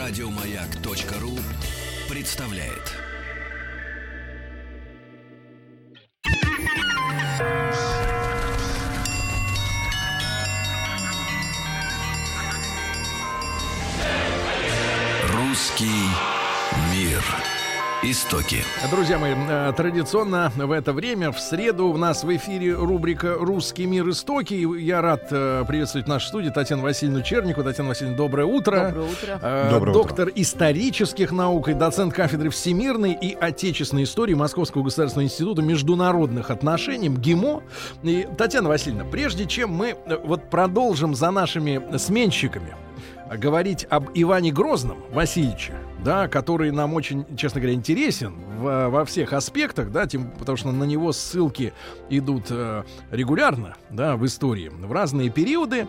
Радиомаяк.ру представляет. Русский мир. Истоки. Друзья мои, традиционно в это время, в среду, у нас в эфире рубрика «Русский мир. Истоки». Я рад приветствовать в нашей студии Татьяну Васильевну Черникову. Татьяна Васильевна, доброе утро. Доброе утро. Доктор исторических наук и доцент кафедры всемирной и отечественной истории Московского государственного института международных отношений МГИМО. И, Татьяна Васильевна, прежде чем мы продолжим за нашими сменщиками говорить об Иване Грозном Васильевиче, да, который нам очень, честно говоря, интересен во всех аспектах, да, потому что на него ссылки идут регулярно, да, в истории, в разные периоды,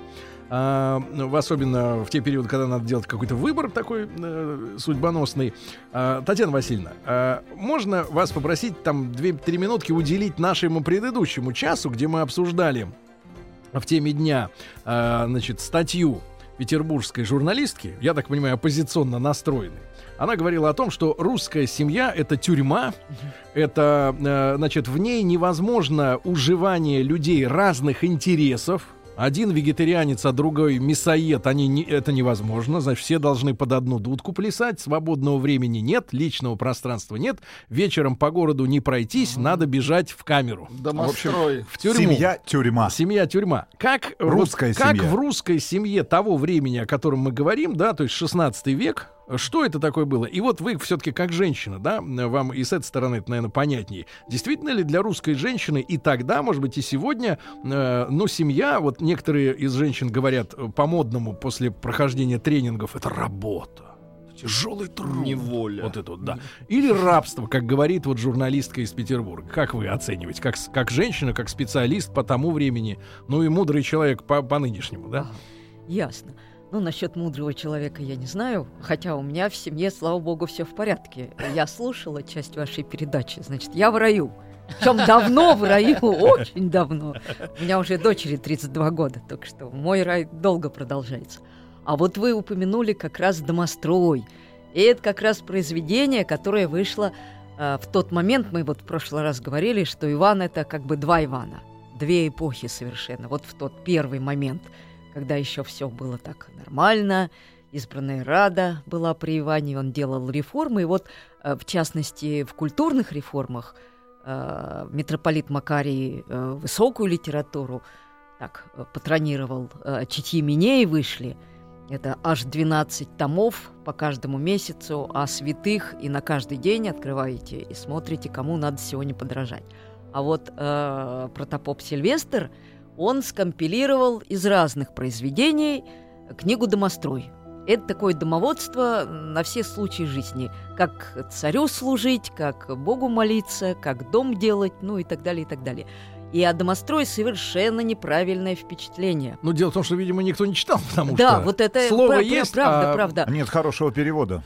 особенно в те периоды, когда надо делать какой-то выбор такой судьбоносный. Татьяна Васильевна, можно вас попросить там 2-3 минутки уделить нашему предыдущему часу, где мы обсуждали в теме дня, статью петербургской журналистки, я так понимаю, оппозиционно настроенной. Она говорила о том, что русская семья — это тюрьма, это, в ней невозможно уживание людей разных интересов. Один вегетарианец, а другой мясоед, это невозможно. Значит, все должны под одну дудку плясать. Свободного времени нет, личного пространства нет. Вечером по городу не пройтись, надо бежать в камеру. Домострой. В тюрьму. Семья-тюрьма. Семья-тюрьма. Как в русской семье того времени, о котором мы говорим, да, то есть 16 век, что это такое было? И вот вы все-таки как женщина, да, вам и с этой стороны это, наверное, понятнее. Действительно ли для русской женщины и тогда, может быть, и сегодня, семья, вот некоторые из женщин говорят по-модному после прохождения тренингов, это работа, тяжелый труд. Неволя. Вот это вот, да. Или рабство, как говорит вот журналистка из Петербурга. Как вы оцениваете? Как женщина, как специалист по тому времени, и мудрый человек по нынешнему, да? Ясно. Насчет мудрого человека я не знаю, хотя у меня в семье, слава богу, все в порядке. Я слушала часть вашей передачи, значит, я в раю. Причем давно в раю, очень давно. У меня уже дочери 32 года, так что мой рай долго продолжается. А вот вы упомянули как раз «Домострой». И это как раз произведение, которое вышло в тот момент, мы в прошлый раз говорили, что Иван — это как бы два Ивана, две эпохи совершенно. Вот в тот первый момент, когда еще все было так нормально, избранная Рада была при Иване, он делал реформы. И в частности, в культурных реформах митрополит Макарий высокую литературу так патронировал. Читьи Минеи вышли. Это аж 12 томов по каждому месяцу о святых, и на каждый день открываете и смотрите, кому надо сегодня подражать. А протопоп Сильвестр, он скомпилировал из разных произведений книгу «Домострой». Это такое домоводство на все случаи жизни. Как царю служить, как Богу молиться, как дом делать, и так далее, и так далее. И о «Домострое» совершенно неправильное впечатление. Дело в том, что, видимо, никто не читал, потому да, что вот это слово есть, правда. Нет хорошего перевода.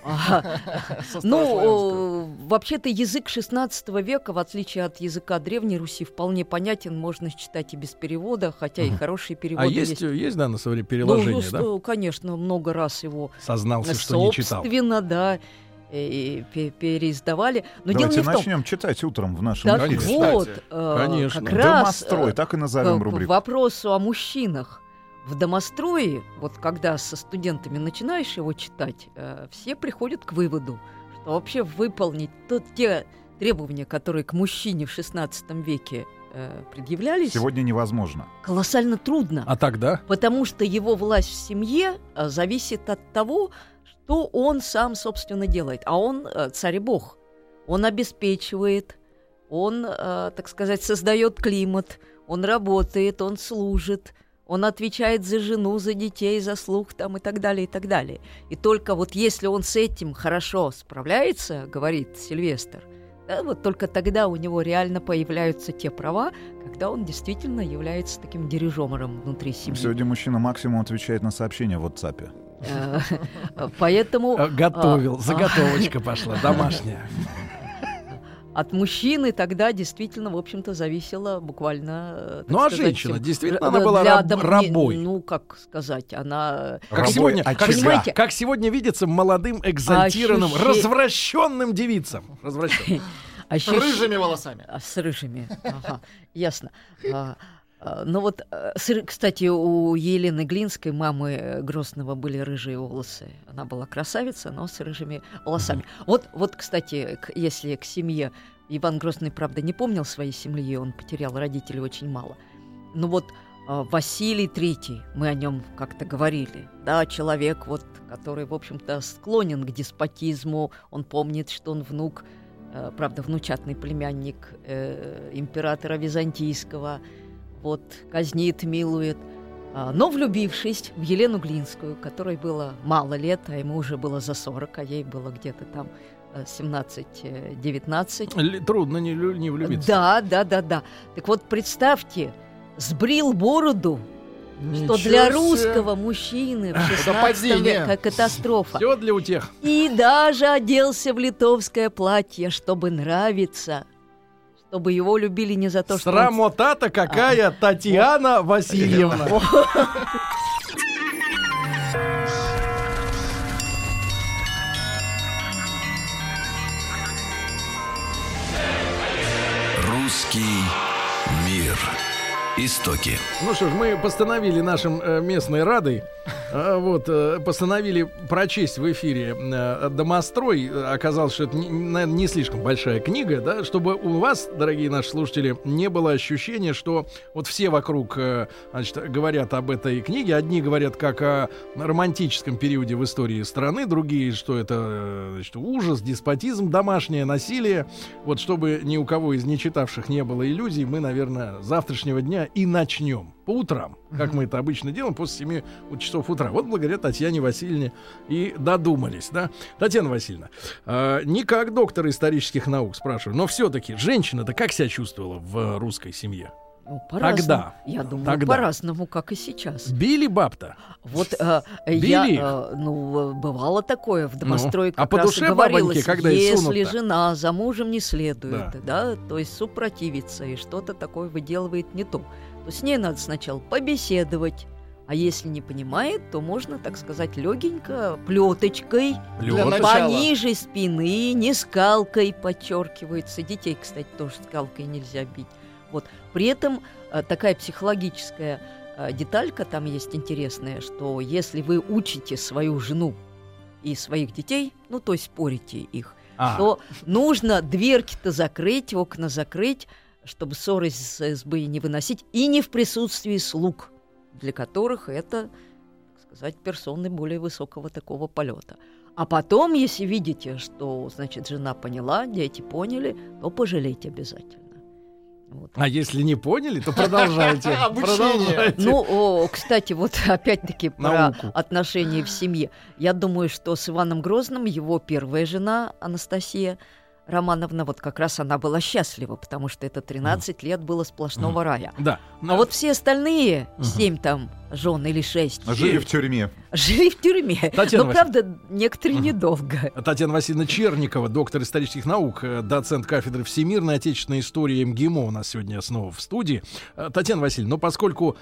Вообще-то язык XVI века, в отличие от языка Древней Руси, вполне понятен, можно читать и без перевода, хотя и хорошие переводы есть. Есть, да, на самом деле, переложение, да? Конечно, много раз его сознался, что не читал. Собственно, да. И переиздавали. Но давайте дело не начнем читать утром в нашем эфире. Конечно. Как раз «Домострой», так и назовем рубрику. К вопросу о мужчинах. В «Домострое», когда со студентами начинаешь его читать, все приходят к выводу, что вообще выполнить те требования, которые к мужчине в XVI веке предъявлялись, сегодня невозможно. Колоссально трудно. А тогда? Потому что его власть в семье зависит от того, что он сам, собственно, делает. А он царь и бог. Он обеспечивает, он, так сказать, создает климат, он работает, он служит, он отвечает за жену, за детей, за слух и так далее, и так далее. И только если он с этим хорошо справляется, говорит Сильвестр, да, только тогда у него реально появляются те права, когда он действительно является таким дирижером внутри семьи. Сегодня мужчина максимум отвечает на сообщения в WhatsApp. Поэтому... Готовил, заготовочка пошла, домашняя. от мужчины тогда действительно, в общем-то, зависело буквально... Ну, а женщина, действительно, она была рабой. Ну, как сказать, она... Как сегодня видится молодым, экзальтированным, развращенным девицам. С рыжими волосами. С рыжими, ага, ясно. Ну вот, кстати, у Елены Глинской, мамы Грозного, были рыжие волосы. Она была красавица, но с рыжими волосами. Вот, кстати, если к семье... Иван Грозный, правда, не помнил своей семьи, он потерял родителей очень мало. Но вот Василий III, мы о нем как-то говорили, да, человек, вот, который, в общем-то, склонен к деспотизму, он помнит, что он внук, правда, внучатный племянник императора Византийского, вот, казнит, милует, но влюбившись в Елену Глинскую, которой было мало лет, а ему уже было за 40, а ей было где-то там 17-19. Трудно не влюбиться. Да. Так вот, представьте, сбрил бороду, что для русского мужчины в 16 веке катастрофа. Все для утех. И даже оделся в литовское платье, чтобы нравиться, чтобы его любили не за то, что... Срамота-то какая, Татьяна Васильевна. Русский мир. Истоки. Ну что ж, мы постановили нашим местной радой, постановили прочесть в эфире «Домострой». Оказалось, что это, наверное, не слишком большая книга, да, чтобы у вас, дорогие наши слушатели, не было ощущения, что вот все вокруг, значит, говорят об этой книге. Одни говорят как о романтическом периоде в истории страны, другие, что это, значит, ужас, деспотизм, домашнее насилие. Вот чтобы ни у кого из нечитавших не было иллюзий, мы, наверное, с завтрашнего дня и начнем по утрам, как мы это обычно делаем, после 7 часов утра. Вот благодаря Татьяне Васильевне и додумались, да? Татьяна Васильевна, не как доктор исторических наук, спрашиваю, но все-таки женщина-то как себя чувствовала в русской семье? Ну, по-разному. Тогда. Я думаю, по-разному, как и сейчас. Били баб-то? Вот Били бывало такое в домострое, как по раз душе говорилось, бабоньки, когда если жена за мужем не следует, да, то есть супротивится и что-то такое выделывает не то с ней надо сначала побеседовать, а если не понимает, то можно, так сказать, легенько, плеточкой, пониже спины, не скалкой, подчеркивается. Детей, кстати, тоже скалкой нельзя бить. Вот. При этом такая психологическая деталька там есть интересная, что если вы учите свою жену и своих детей, ну, то есть спорите их, то нужно дверки-то закрыть, окна закрыть, чтобы ссоры из избы не выносить, и не в присутствии слуг, для которых это, так сказать, персоны более высокого такого полета. А потом, если видите, что, значит, жена поняла, дети поняли, то пожалейте обязательно. Вот. А если не поняли, то продолжайте. Ну, кстати, вот опять-таки про отношения в семье. Я думаю, что с Иваном Грозным его первая жена Анастасия Романовна, вот как раз она была счастлива, потому что это 13 лет было сплошного рая. Да. А вот все остальные 7 там жен или 6 жили в тюрьме. Жили в тюрьме. Но, правда, некоторые недолго. Татьяна Васильевна Черникова, доктор исторических наук, доцент кафедры всемирной отечественной истории МГИМО у нас сегодня снова в студии. Татьяна Васильевна, ну поскольку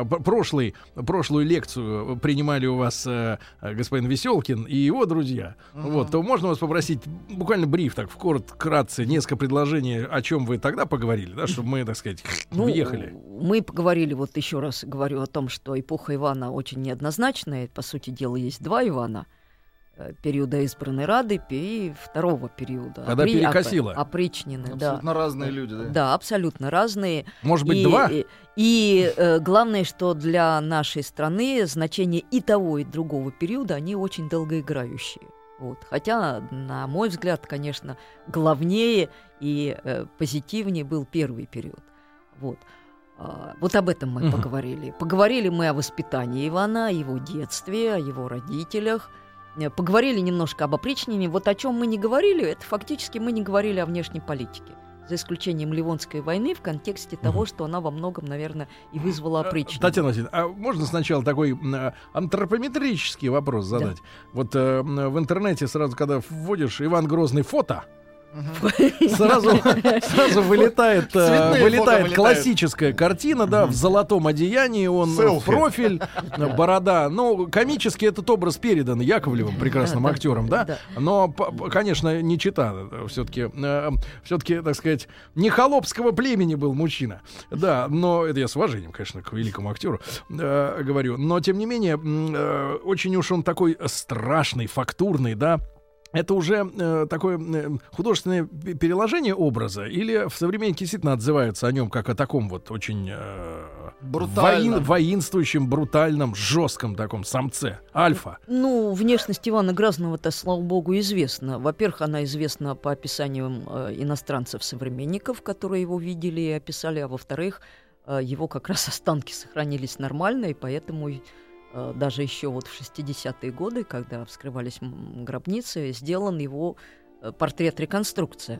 прошлую лекцию принимали у вас господин Веселкин и его друзья, вот, то можно вас попросить буквально бриф, так вкратце, несколько предложений, о чем вы тогда поговорили, да, чтобы мы, так сказать, въехали. Мы поговорили, вот еще раз говорю о том, что эпоха Ивана очень неоднозначная. По сути дела, есть два Ивана. Периода избранной Рады и второго периода. Когда перекосило. Опричнины, абсолютно разные люди, да? Да, абсолютно разные. Может быть, два? И главное, что для нашей страны значение и того, и другого периода, они очень долгоиграющие. Вот. Хотя, на мой взгляд, конечно, главнее и позитивнее был первый период. Вот. Вот об этом мы поговорили. Поговорили мы о воспитании Ивана, о его детстве, о его родителях. Поговорили немножко об опричнине. Вот о чем мы не говорили, это фактически мы не говорили о внешней политике. За исключением Ливонской войны в контексте того, что она во многом, наверное, и вызвала опричнину. Татьяна Васильевна, а можно сначала такой антропометрический вопрос задать? Да. Вот в интернете сразу, когда вводишь Иван Грозный фото, Сразу вылетает классическая картина, да, в золотом одеянии, он в профиль, борода. Ну, комически этот образ передан Яковлевым, прекрасным актером, да? Но, конечно, не чета. Все-таки, так сказать, не холопского племени был мужчина. Да, но это я с уважением, конечно, к великому актеру говорю. Но, тем не менее, очень уж он такой страшный, фактурный, да. Это уже такое художественное переложение образа, или в современнике действительно отзываются о нем как о таком вот очень воинствующем, брутальном, жестком таком самце, альфа? Ну, внешность Ивана Грозного-то, слава богу, известна. Во-первых, она известна по описаниям иностранцев-современников, которые его видели и описали, а во-вторых, его как раз останки сохранились нормально, и поэтому... Даже еще вот в 60-е годы, когда вскрывались гробницы, сделан его портрет-реконструкция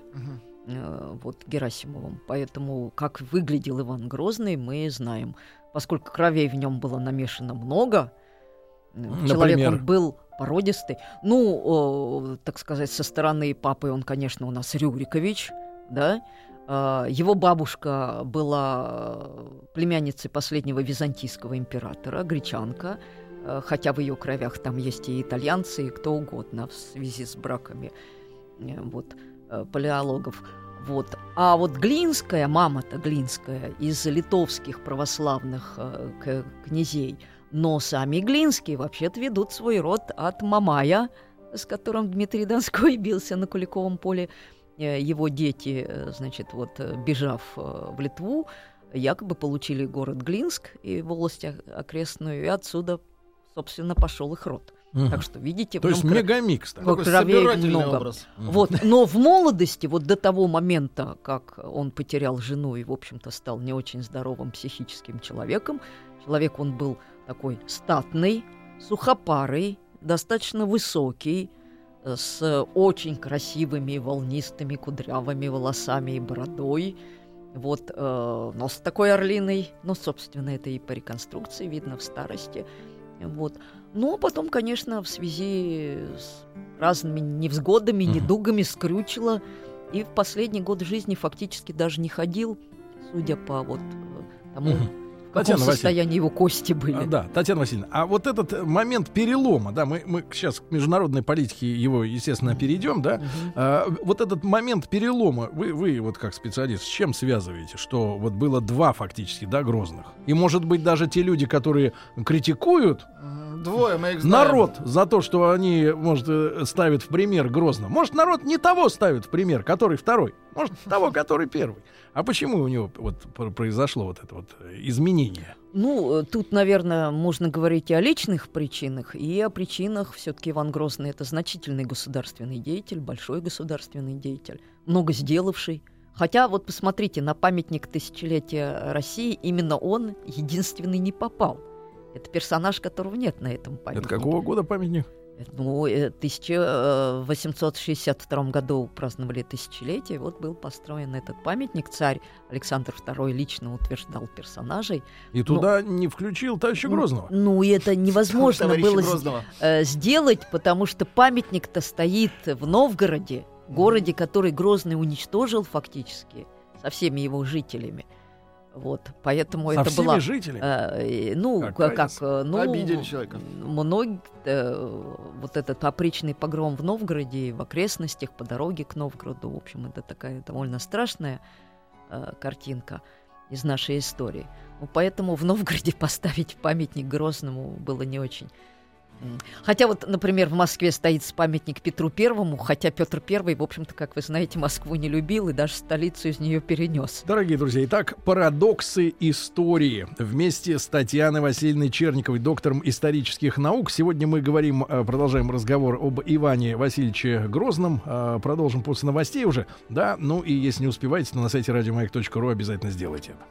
вот Герасимовым. Поэтому как выглядел Иван Грозный, мы знаем. Поскольку кровей в нем было намешано много, человек он был породистый. Ну, так сказать, со стороны папы он, конечно, у нас Рюрикович, да. Его бабушка была племянницей последнего византийского императора, гречанка, хотя в ее кровях там есть и итальянцы, и кто угодно в связи с браками вот, палеологов. Вот. А вот Глинская, мама-то Глинская, из литовских православных князей, но сами Глинские вообще-то ведут свой род от Мамая, с которым Дмитрий Донской бился на Куликовом поле. Его дети, значит, вот, бежав в Литву, якобы получили город Глинск и волость окрестную, и отсюда, собственно, пошел их род. Так что, видите, то есть мегамикс. Кровей много. Вот. Но в молодости, вот до того момента, как он потерял жену и, в общем-то, стал не очень здоровым психическим человеком, человек он был такой статный, сухопарый, достаточно высокий, с очень красивыми волнистыми кудрявыми волосами и бородой. Вот, нос такой орлиный. Но, собственно, это и по реконструкции видно в старости. Вот. Но потом, конечно, в связи с разными невзгодами, недугами скрючило. И в последний год жизни фактически даже не ходил, судя по вот тому... В каком состоянии его кости были. Да, Татьяна Васильевна, а вот этот момент перелома, да, мы сейчас к международной политике его, естественно, перейдем, да, вот этот момент перелома, вы вот как специалист, с чем связываете, что вот было два фактически, да, Грозных? И, может быть, даже те люди, которые критикуют двое, мы их знаем. Народ за то, что они, может, ставят в пример Грозного. Может, народ не того ставит в пример, который второй, может, того, который первый. А почему у него вот произошло вот это вот изменение? Ну, тут, наверное, можно говорить и о личных причинах, и о причинах. Все-таки Иван Грозный — это значительный государственный деятель, большой государственный деятель, много сделавший. Хотя, вот посмотрите, на памятник тысячелетия России именно он единственный не попал. Это персонаж, которого нет на этом памятнике. Это какого года памятник? Ну, в 1862 году праздновали тысячелетие, вот был построен этот памятник. Царь Александр II лично утверждал персонажей. И туда не включил товарища Грозного? Ну, это невозможно было сделать, потому что памятник-то стоит в Новгороде, городе, который Грозный уничтожил фактически со всеми его жителями. Вот, поэтому со это всеми была, жителями? Обидели человека. Вот этот опричный погром в Новгороде и в окрестностях по дороге к Новгороду, в общем, это такая довольно страшная картинка из нашей истории. Ну, поэтому в Новгороде поставить памятник Грозному было не очень. Хотя вот, например, в Москве стоит памятник Петру Первому, хотя Петр Первый, в общем-то, как вы знаете, Москву не любил и даже столицу из нее перенес. Дорогие друзья, итак, парадоксы истории. Вместе с Татьяной Васильевной Черниковой, доктором исторических наук. Сегодня мы продолжаем разговор об Иване Васильевиче Грозном. Продолжим после новостей уже. Да, ну и если не успеваете, то на сайте radiomayak.ru обязательно сделайте это.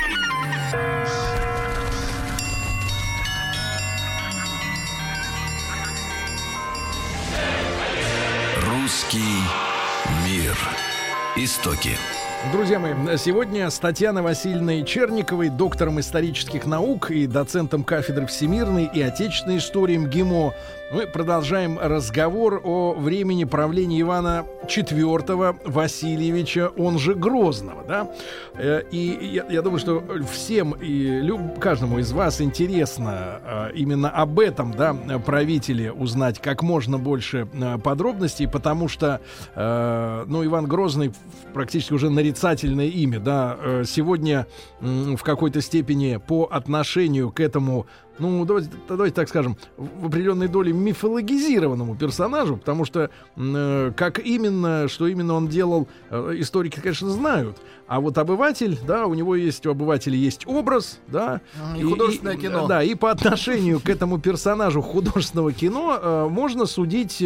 Русский мир. Истоки. Друзья мои, сегодня с Татьяной Васильевной Черниковой, доктором исторических наук и доцентом кафедры всемирной и отечественной истории МГИМО, Мы продолжаем разговор о времени правления Ивана IV Васильевича, он же Грозного, да? И я думаю, что всем и каждому из вас интересно именно об этом, да, правителе узнать как можно больше подробностей, потому что, ну, Иван Грозный практически уже нарицательное имя, да, сегодня в какой-то степени по отношению к этому, ну, давайте так скажем, в определенной доле мифологизированному персонажу, потому что как именно, что именно он делал, историки, конечно, знают. А вот обыватель, да, у обывателя есть образ, да. И художественное кино. Да, и по отношению к этому персонажу художественного кино можно судить,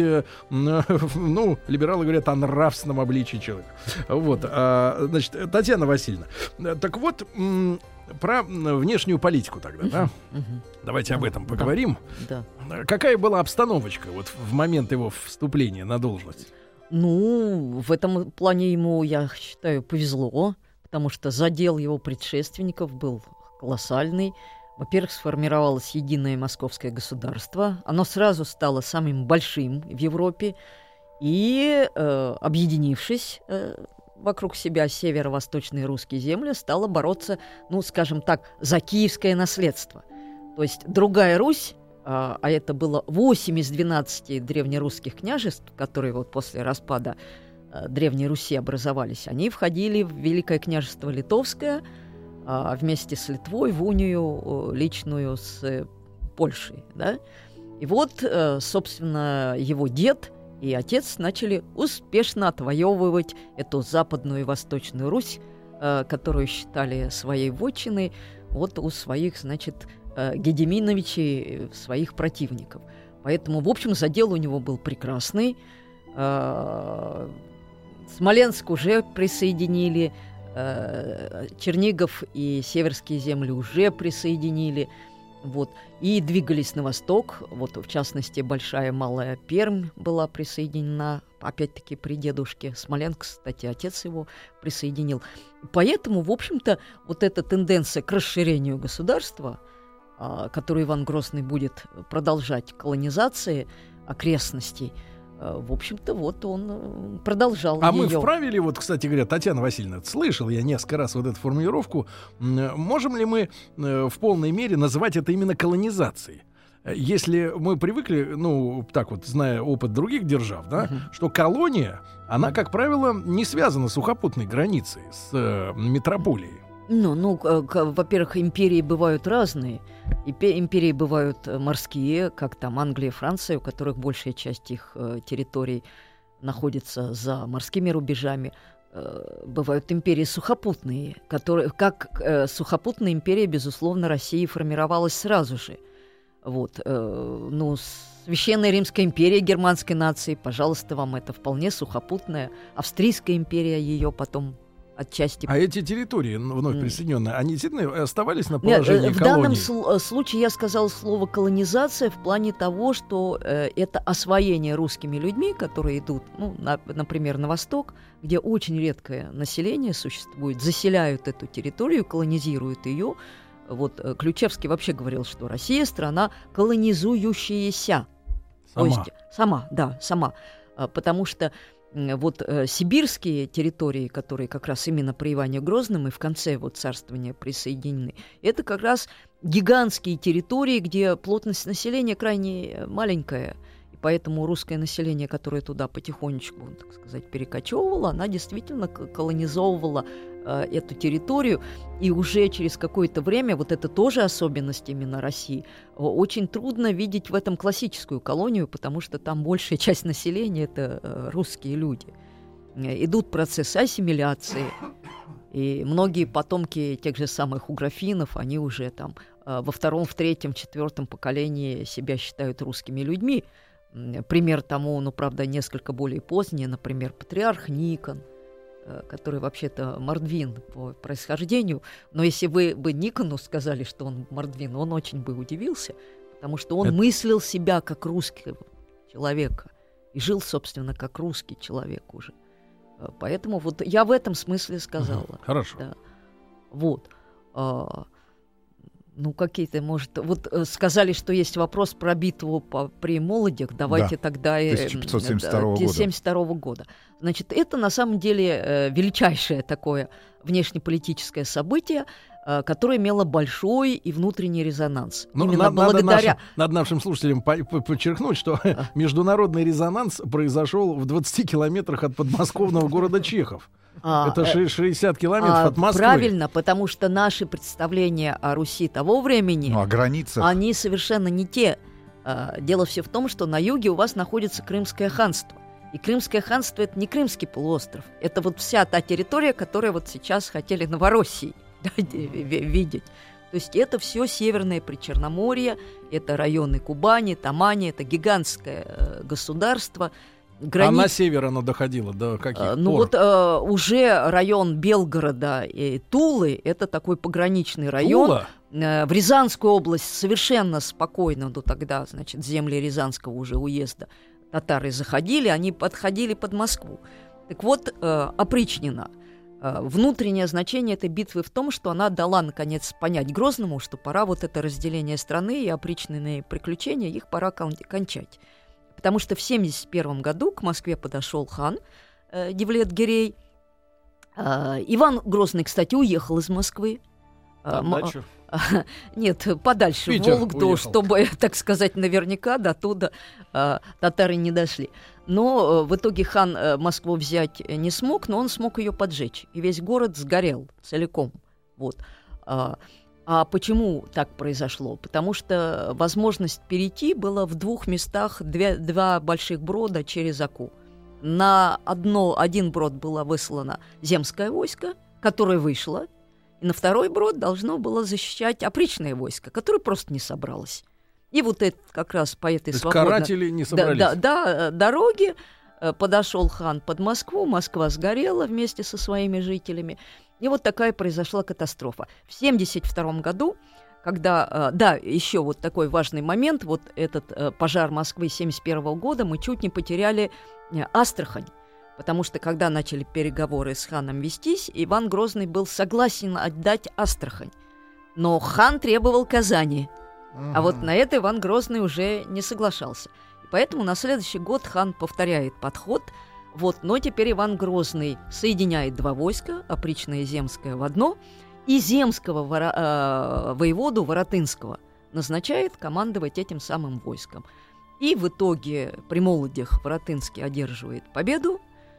ну, либералы говорят о нравственном обличии человека. Вот, значит, Татьяна Васильевна, так вот, про внешнюю политику тогда, да? Давайте об этом поговорим. Да. Какая была обстановочка вот в момент его вступления на должность? Ну, в этом плане ему, я считаю, повезло, потому что задел его предшественников был колоссальный. Во-первых, сформировалось единое московское государство. Оно сразу стало самым большим в Европе. И, объединившись вокруг себя, северо-восточные русские земли, стала бороться, ну, скажем так, за киевское наследство. То есть другая Русь, а это было 8 из 12 древнерусских княжеств, которые вот после распада Древней Руси образовались, они входили в Великое княжество Литовское вместе с Литвой в унию личную с Польшей. Да? И вот, собственно, его дед и отец начали успешно отвоевывать эту западную и восточную Русь, которую считали своей вотчиной, вот у своих, значит, Гедеминовичей, своих противников. Поэтому, в общем, задел у него был прекрасный. Смоленск уже присоединили, Чернигов и северские земли уже присоединили. Вот, и двигались на восток. Вот, в частности, Большая Малая Пермь была присоединена, опять-таки, при дедушке. Смоленск, кстати, отец его присоединил. Поэтому, в общем-то, вот эта тенденция к расширению государства, которую Иван Грозный будет продолжать, колонизации окрестностей, в общем-то, вот он продолжал А её. мы вправе ли, вот, кстати говоря, Татьяна Васильевна, слышал я несколько раз вот эту формулировку, можем ли мы в полной мере называть это именно колонизацией? Если мы привыкли, ну, так вот, зная опыт других держав, да, что колония, она, как правило, не связана с сухопутной границей, с метрополией. Ну, во-первых, империи бывают разные. Империи бывают морские, как там Англия, Франция, у которых большая часть их территорий находится за морскими рубежами. Бывают империи сухопутные, которые, как сухопутная империя, безусловно, России формировалась сразу же. Вот, ну, Священная Римская империя германской нации, пожалуйста, вам это вполне сухопутная. Австрийская империя ее потом отчасти. А эти территории вновь присоединенные, они действительно оставались на положении в колонии? В данном случае я сказала слово колонизация в плане того, что это освоение русскими людьми, которые идут, ну, например, на восток, где очень редкое население существует, заселяют эту территорию, колонизируют ее. Вот Ключевский вообще говорил, что Россия страна колонизующаяся. Сама. То есть, сама. Потому что вот сибирские территории, которые как раз именно при Иване Грозном и в конце его царствования присоединены, это как раз гигантские территории, где плотность населения крайне маленькая. И поэтому русское население, которое туда потихонечку, так сказать, перекочевывало, она действительно колонизовывала эту территорию. И уже через какое-то время, вот это тоже особенность именно России, очень трудно видеть в этом классическую колонию, потому что там большая часть населения — это русские люди. Идут процессы ассимиляции, и многие потомки тех же самых уграфинов, они уже там во втором, в третьем, четвертом поколении себя считают русскими людьми. Пример тому, ну, правда, несколько более поздний, например, патриарх Никон, который вообще-то мордвин по происхождению. Но если вы бы Никону сказали, что он мордвин, он очень бы удивился, потому что он мыслил себя как русского человека и жил, собственно, как русский человек уже. Поэтому вот я в этом смысле сказала. Хорошо. Да. Вот. какие-то, может... Вот сказали, что есть вопрос про битву при Молодях. Давайте тогда... 1572 года. Значит, это на самом деле величайшее такое внешнеполитическое событие, которое имело большой и внутренний резонанс. Именно благодаря... Надо нашим слушателям подчеркнуть, что международный резонанс произошел в 20 километрах от подмосковного города Чехов. Это 60 километров от Москвы. Правильно, потому что наши представления о Руси того времени, о границах, они совершенно не те. Дело все в том, что на юге у вас находится Крымское ханство. И Крымское ханство — это не Крымский полуостров. Это вот вся та территория, которую вот сейчас хотели Новороссией видеть. То есть это все северное Причерноморье, это районы Кубани, Тамани, это гигантское государство. А на север оно доходило до каких пор? Уже район Белгорода и Тулы, это такой пограничный район. Тула? В Рязанскую область совершенно спокойно, тогда, значит, земли Рязанского уже уезда татары заходили, они подходили под Москву. Так вот, опричнина. Внутреннее значение этой битвы в том, что она дала, наконец, понять Грозному, что пора вот это разделение страны и опричненные приключения, их пора кончать. Потому что в 1971 году к Москве подошел хан Девлет-Гирей. Иван Грозный, кстати, уехал из Москвы. Нет, подальше, в Вологду, уехал, чтобы, так сказать, наверняка до туда татары не дошли. Но в итоге хан Москву взять не смог, но он смог ее поджечь. И весь город сгорел целиком. Вот. А почему так произошло? Потому что возможность перейти была в двух местах, два больших брода через Оку. На один брод было выслано земское войско, которое вышло, и на второй брод должно было защищать опричное войско, которое просто не собралось. И вот это как раз по этой свободной... Каратели не собрались. Дороге подошел хан под Москву, Москва сгорела вместе со своими жителями. И вот такая произошла катастрофа. В 1972 году, когда, еще вот такой важный момент, вот этот пожар Москвы 1971 года, мы чуть не потеряли Астрахань. Потому что, когда начали переговоры с ханом вестись, Иван Грозный был согласен отдать Астрахань. Но хан требовал Казани. А вот на это Иван Грозный уже не соглашался. И поэтому на следующий год хан повторяет подход. Но теперь Иван Грозный соединяет два войска, опричное и земское, в одно, и земского воеводу Воротынского назначает командовать этим самым войском. И в итоге при Молодях Воротынский одерживает победу,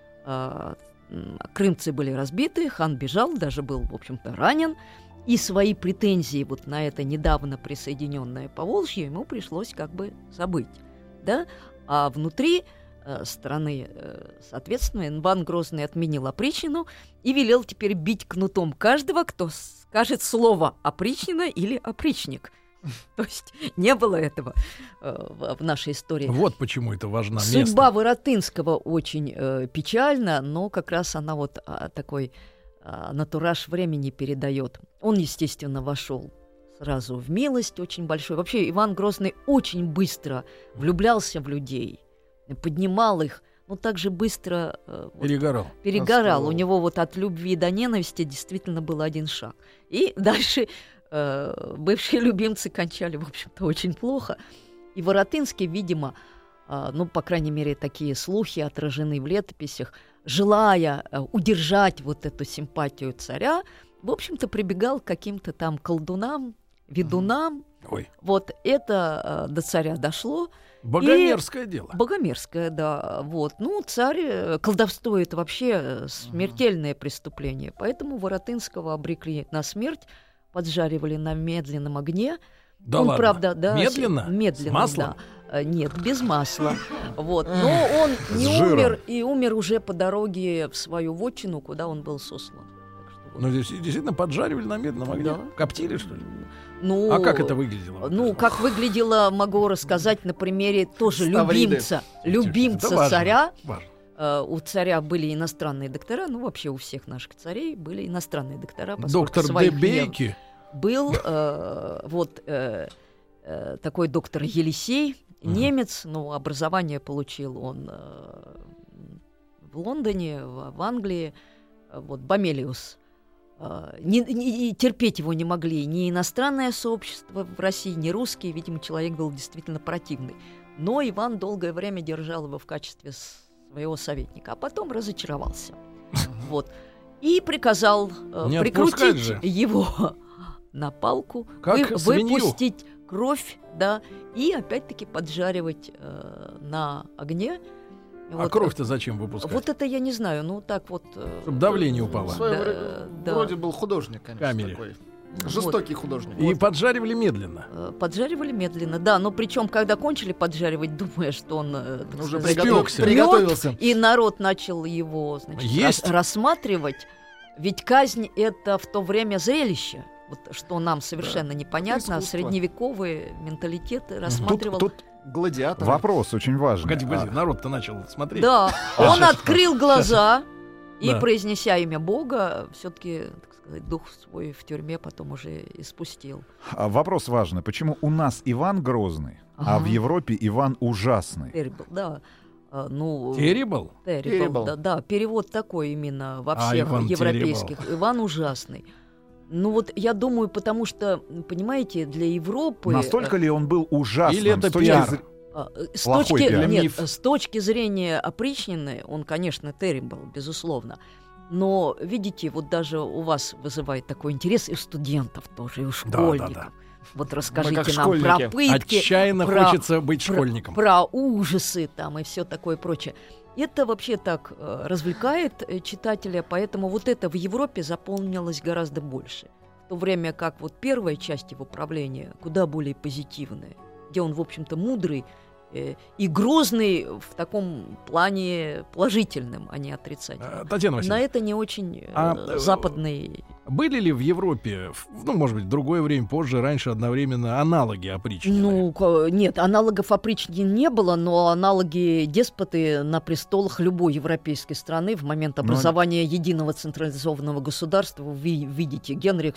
крымцы были разбиты, хан бежал, даже был, в общем-то, ранен, и свои претензии вот на это недавно присоединенное Поволжье ему пришлось как бы забыть, да? А внутри страны, соответственно, Иван Грозный отменил опричнину и велел теперь бить кнутом каждого, кто скажет слово «опричнина» или «опричник». То есть не было этого в нашей истории. Вот почему это важно. Судьба Воротынского очень печальна, но как раз она вот такой натураж времени передает. Он, естественно, вошел сразу в милость очень большой. Вообще Иван Грозный очень быстро влюблялся в людей, поднимал их, но также быстро перегорал. У него вот от любви до ненависти действительно был один шаг. И дальше бывшие любимцы кончали, в общем-то, очень плохо. И Воротынский, видимо, по крайней мере, такие слухи отражены в летописях, желая удержать вот эту симпатию царя, в общем-то, прибегал к каким-то там колдунам, ведунам. Ой. Вот это до царя дошло. Богомерзкое дело. Богомерзкое, да. Царь, колдовство — это вообще смертельное преступление. Поэтому Воротынского обрекли на смерть, поджаривали на медленном огне. Да он, ладно? Правда, да, Медленно? С маслом? Да. Нет, без масла. Но он не умер, и умер уже по дороге в свою вотчину, куда он был сослан. Здесь действительно поджаривали на медленном огне? Да. Коптили, что ли? А как это выглядело? Как выглядело, могу рассказать на примере тоже любимца царя. Важно. У царя были иностранные доктора, вообще у всех наших царей были иностранные доктора. Доктор Дебейки. Был такой доктор Елисей, немец, образование получил он в Лондоне, в Англии, Бомелиус. терпеть его не могли ни иностранное сообщество в России, ни русские. Видимо, человек был действительно противный. Но Иван долгое время держал его в качестве своего советника, а потом разочаровался. Вот. И приказал прикрутить его на палку, выпустить кровь, да, и опять-таки поджаривать на огне. А кровь-то зачем выпускать? Вот это я не знаю, ну так вот... Чтобы давление упало. Вроде был художник, конечно, такой. Жестокий художник. И поджаривали медленно. Поджаривали медленно, да. Но причем, когда кончили поджаривать, думая, что он уже приготовился, и народ начал его, значит, рассматривать. Ведь казнь — это в то время зрелище. Вот, что нам совершенно непонятно. Средневековый менталитет рассматривал... Тут гладиатор. Вопрос очень важный. Погоди, народ-то начал смотреть. Да, он открыл глаза и, произнеся имя Бога, все-таки, так сказать, дух свой в тюрьме потом уже испустил. Вопрос важный. Почему у нас Иван Грозный, а в Европе Иван Ужасный? Terrible, да. Terrible? Terrible, да. Перевод такой именно во всех европейских. Иван Ужасный. Ну вот я думаю, потому что, понимаете, для Европы... Настолько ли он был ужасным? Или это пиар? С точки зрения опричнины, он, конечно, terrible, безусловно. Но, видите, вот даже у вас вызывает такой интерес, и у студентов тоже, и у школьников. Да. Вот расскажите нам про пытки. Отчаянно хочется быть школьником. Про ужасы там и все такое прочее. Это вообще так развлекает читателя, поэтому вот это в Европе запомнилось гораздо больше. В то время как вот первая часть его правления куда более позитивная, где он, в общем-то, мудрый и грозный в таком плане положительным, а не отрицательным. Татьяна Васильевна, на это не очень западный... Были ли в Европе, может быть, в другое время, позже, раньше, одновременно аналоги опричнины? Нет, аналогов опричнины не было, но аналоги деспоты на престолах любой европейской страны в момент образования единого централизованного государства. Вы видите, Генрих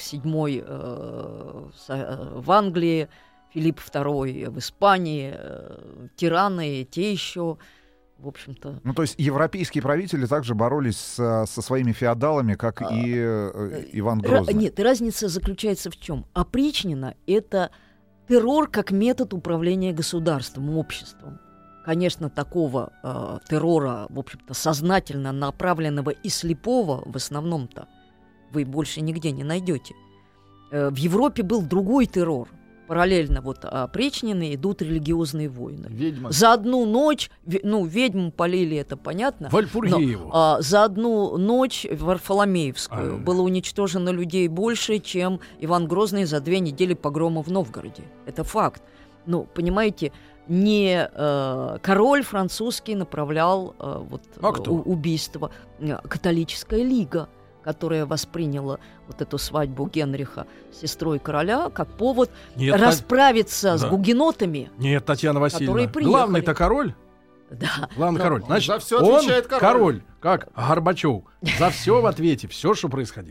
VII в Англии, Филипп II в Испании, тираны, те еще... В общем-то. То есть европейские правители также боролись со своими феодалами, как и Иван Грозный. Нет, разница заключается в чем? Опричнина — это террор как метод управления государством, обществом. Конечно, такого террора, в общем-то, сознательно направленного и слепого, в основном-то, вы больше нигде не найдете. В Европе был другой террор. Параллельно вот опричнины идут религиозные войны. Ведьмы. За одну ночь, ведьму полили, это понятно. Вальпургиеву. За одну ночь Варфоломеевскую было уничтожено людей больше, чем Иван Грозный за 2 недели погрома в Новгороде. Это факт. Понимаете, не король французский направлял убийство, католическая лига, которая восприняла вот эту свадьбу Генриха с сестрой короля как повод расправиться с гугенотами. Нет, Татьяна Васильевна, главный-то король. Да. Главный король. Значит, за все отвечает король, как Горбачев. За все в ответе, все, что происходило.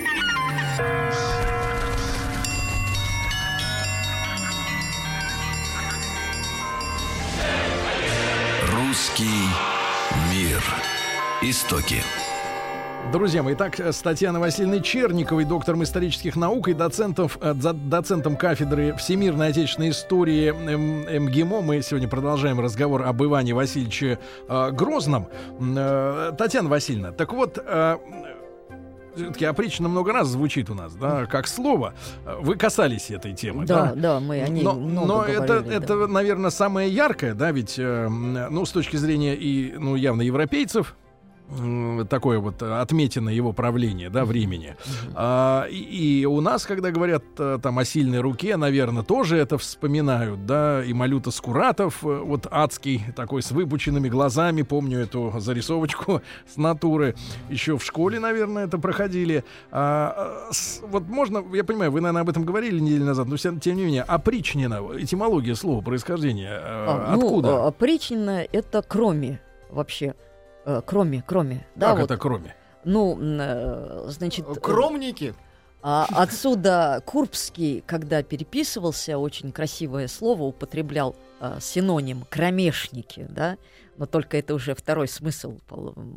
Русский мир. Истоки. Друзья мои, итак, с Татьяной Васильевной Черниковой, доктором исторических наук и доцентом кафедры всемирной отечественной истории МГИМО. Мы сегодня продолжаем разговор об Иване Васильевиче Грозном. Татьяна Васильевна, так вот, все-таки опричнина много раз звучит у нас, да, как слово. Вы касались этой темы, да? Да, мы о ней много говорили. Это, наверное, самое яркое, да, ведь, с точки зрения явно европейцев, такое вот отметина его правления, да, времени. И у нас, когда говорят там о сильной руке, наверное, тоже это вспоминают, да, и Малюта Скуратов, вот адский, такой с выпученными глазами, помню эту зарисовочку с натуры, еще в школе, наверное, это проходили. Вот можно, я понимаю, вы, наверное, об этом говорили неделю назад, но тем не менее, опричнина, этимология слова, происхождение, откуда? Опричнина — это кроме, вообще. Кроме. Да, как это кроме? Значит... Кромники? Отсюда Курбский, когда переписывался, очень красивое слово употреблял, синоним «кромешники», да? Но только это уже второй смысл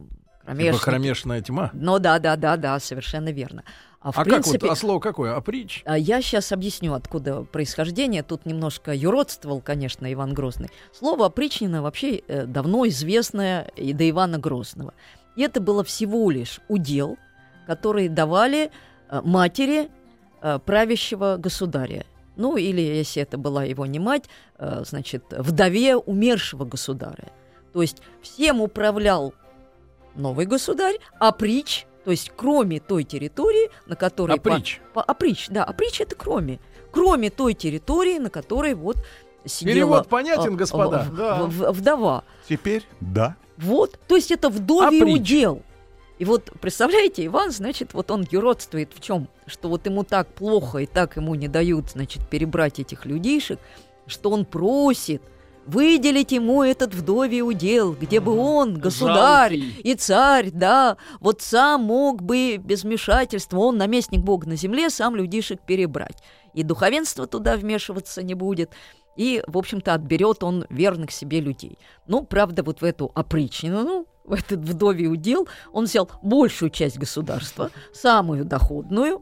Типа кромешная тьма? Ну да, совершенно верно. В принципе, как вот, слово какое? Оприч? Я сейчас объясню, откуда происхождение. Тут немножко юродствовал, конечно, Иван Грозный. Слово опричнина вообще давно известное и до Ивана Грозного. И это было всего лишь удел, который давали матери правящего государя. Ну, или, если это была его не мать, значит, вдове умершего государя. То есть всем управлял новый государь, оприч, то есть кроме той территории, на которой... Оприч. Оприч, да, оприч — это кроме. Кроме той территории, на которой вот сидела... Перевод понятен, господа? Вдова. Теперь да. Вот, то есть это вдовий удел. И вот, представляете, Иван, значит, вот он юродствует в чем? Что вот ему так плохо и так ему не дают, значит, перебрать этих людишек, что он просит выделить ему этот вдовий удел, где бы он, государь и царь, да, вот сам мог бы без вмешательства, он наместник Бога на земле, сам людишек перебрать. И духовенство туда вмешиваться не будет, и, в общем-то, отберет он верных себе людей. Ну, правда, вот в эту опричнину, в этот вдовий удел он взял большую часть государства, самую доходную,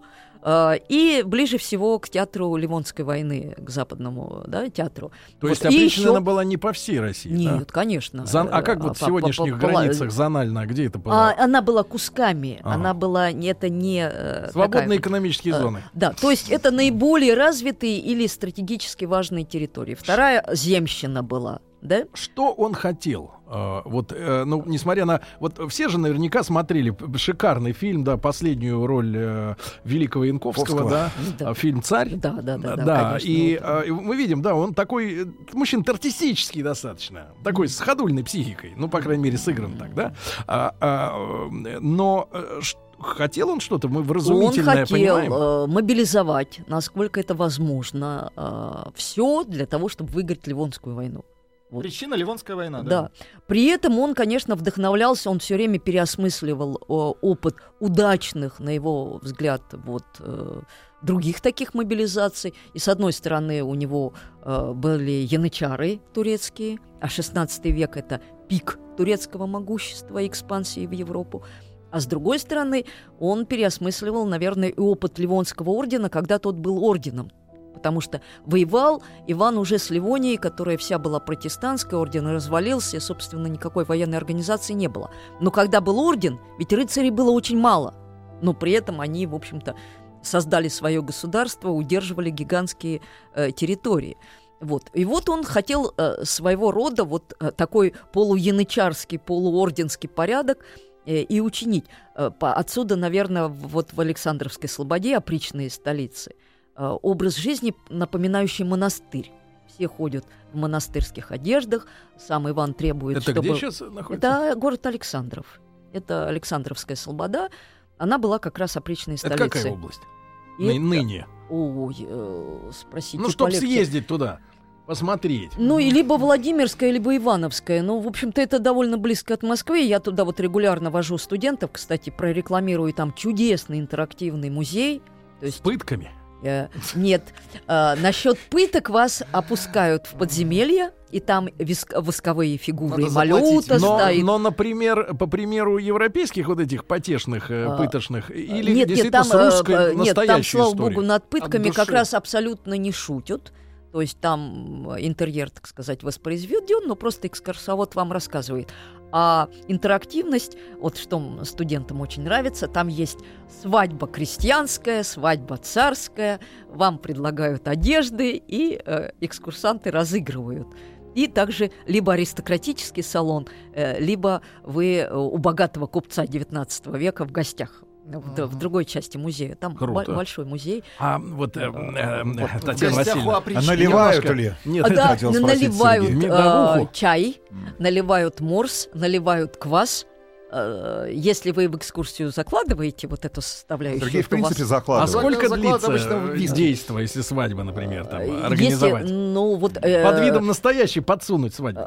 и ближе всего к театру Ливонской войны, к западному, да, театру. То есть опричнина была не по всей России? Нет, да? Конечно. А как вот в сегодняшних границах зонально, где это было? Она была кусками, она была, это не... Свободные экономические зоны. Да, то есть это наиболее развитые или стратегически важные территории. Вторая земщина была. Да? Что он хотел? Ну, несмотря на... Вот все же наверняка смотрели шикарный фильм, да, последнюю роль великого Янковского, да, фильм «Царь». Да, конечно, и мы видим, да, он такой мужчина артистический достаточно, такой с ходульной психикой, ну, по крайней мере, сыгран так, да. Но хотел он что-то, мы вразумительное понимаем? Он хотел мобилизовать, насколько это возможно, все для того, чтобы выиграть Ливонскую войну. Вот. Причина — Ливонская война, да? Да. При этом он, конечно, вдохновлялся, он все время переосмысливал опыт удачных, на его взгляд, вот, других таких мобилизаций. И, с одной стороны, у него были янычары турецкие, а 16 век — это пик турецкого могущества и экспансии в Европу. А с другой стороны, он переосмысливал, наверное, и опыт Ливонского ордена, когда тот был орденом. Потому что воевал Иван уже с Ливонией, которая вся была протестантская, орден развалился, и, собственно, никакой военной организации не было. Но когда был орден, ведь рыцарей было очень мало, но при этом они, в общем-то, создали свое государство, удерживали гигантские территории. Вот. И вот он хотел своего рода вот такой полуянычарский, полуорденский порядок и учинить. Отсюда, наверное, вот в Александровской слободе, опричной столице, образ жизни, напоминающий монастырь. Все ходят в монастырских одеждах. Сам Иван требует, это чтобы... Это где сейчас находится? Это город Александров. Это Александровская слобода. Она была как раз опричной столицей. Это какая область? Ныне? Ой, спросите. Ну, чтобы съездить туда, посмотреть. Ну, и либо Владимирская, либо Ивановская. Ну, в общем-то, это довольно близко от Москвы. Я туда вот регулярно вожу студентов. Кстати, прорекламирую там чудесный интерактивный музей. То есть... С пытками? Нет. Насчет пыток вас опускают в подземелье, и там восковые фигуры, малюта стоит. Но, например, по примеру европейских вот этих потешных, пытошных, или нет, действительно с русской настоящей Нет, там, слава историей? богу, над пытками как раз абсолютно не шутят. То есть там интерьер, так сказать, воспроизведен, но просто экскурсовод вам рассказывает. А интерактивность, вот что студентам очень нравится, там есть свадьба крестьянская, свадьба царская, вам предлагают одежды, и экскурсанты разыгрывают. И также либо аристократический салон, либо вы у богатого купца XIX века в гостях. В другой части музея. Там большой музей. А вот Татьяна Васильевна, наливают ли? Нет, да, наливают чай, наливают морс, наливают квас. Если вы в экскурсию закладываете вот эту составляющую... Сергей, в принципе, закладывает. А сколько длится действо, если свадьба, например, там, организовать? Под видом настоящей подсунуть свадьбу?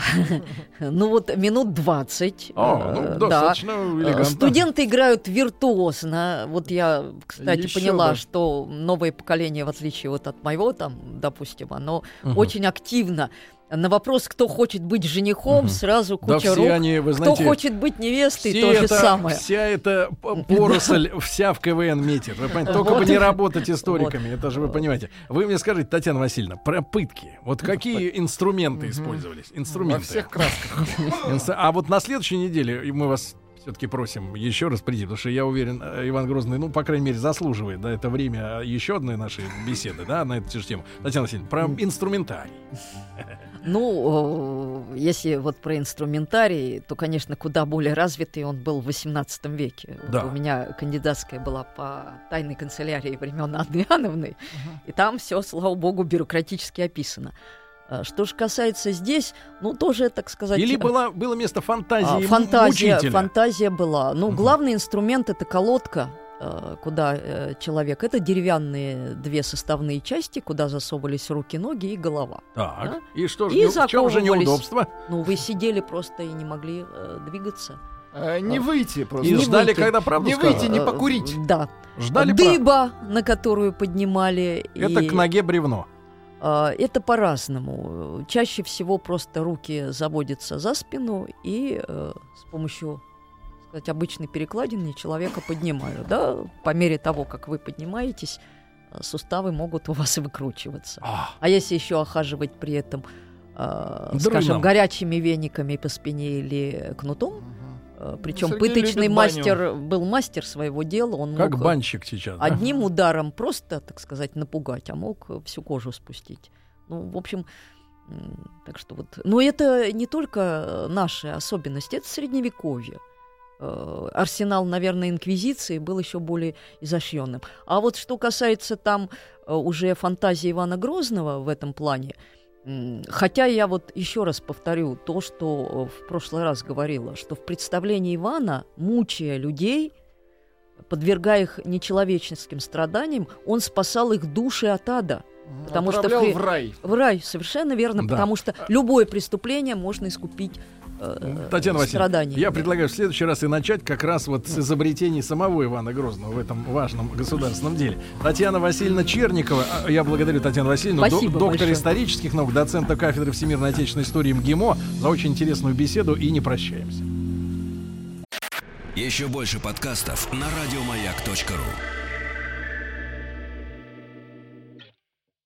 Ну вот минут 20. Достаточно элегантно. Студенты играют виртуозно. Вот я, кстати, поняла, что новое поколение, в отличие вот от моего, там, допустим, оно очень активно На вопрос, кто хочет быть женихом, сразу куча рук. Они, вы знаете, кто хочет быть невестой, то же самое. Вся эта поросль, вся в КВН метит. Вы понимаете, только бы не работать историками, это же вы понимаете. Вы мне скажите, Татьяна Васильевна, про пытки. Вот какие инструменты использовались? Инструменты. Во всех красках. А вот на следующей неделе мы вас все-таки просим еще раз прийти, потому что я уверен, Иван Грозный, ну, по крайней мере, заслуживает, да, это время еще одной нашей беседы, да, на эту же тему. Татьяна Васильевна, про инструментарий. Ну, если вот про инструментарий, то, конечно, куда более развитый он был в XVIII веке. Да. Вот у меня кандидатская была по тайной канцелярии времен Анны Иоанновны, и там все, слава богу, бюрократически описано. Что же касается здесь, ну, тоже, так сказать... Или было место фантазии мучителя. Фантазия была. Ну, главный инструмент — это колодка, куда человек... Это деревянные 2 составные части, куда засовывались руки, ноги и голова. Так, да? И что же, в чем же неудобство? Ну, вы сидели просто и не могли двигаться. Не выйти просто. И ждали, когда правду скажут. Не выйти, не покурить. Да. Ждали дыба, на которую поднимали. Это к ноге бревно. Это по-разному. Чаще всего просто руки заводятся за спину и с помощью, так сказать, обычной перекладины человека поднимают. Да? По мере того, как вы поднимаетесь, суставы могут у вас и выкручиваться. А если еще охаживать при этом, скажем, горячими вениками по спине или кнутом, причем пыточный мастер был мастер своего дела. Он как мог банщик сейчас. Одним ударом просто, так сказать, напугать, а мог всю кожу спустить. Ну, в общем, так что вот. Но это не только наши особенности, это средневековье. Арсенал, наверное, инквизиции был еще более изощренным. А вот что касается там уже фантазии Ивана Грозного в этом плане, хотя я вот еще раз повторю то, что в прошлый раз говорила, что в представлении Ивана, мучая людей, подвергая их нечеловеческим страданиям, он спасал их души от ада. Потому что в рай. В рай, совершенно верно, да. Потому что любое преступление можно искупить Татьяна Васильевна, я да. предлагаю в следующий раз и начать как раз вот с изобретений самого Ивана Грозного в этом важном государственном деле. Татьяна Васильевна Черникова, я благодарю Татьяну Васильевну, доктор исторических наук, доцента кафедры всемирной отечественной истории МГИМО, за очень интересную беседу, и не прощаемся. Еще больше подкастов на радиомаяк.ру.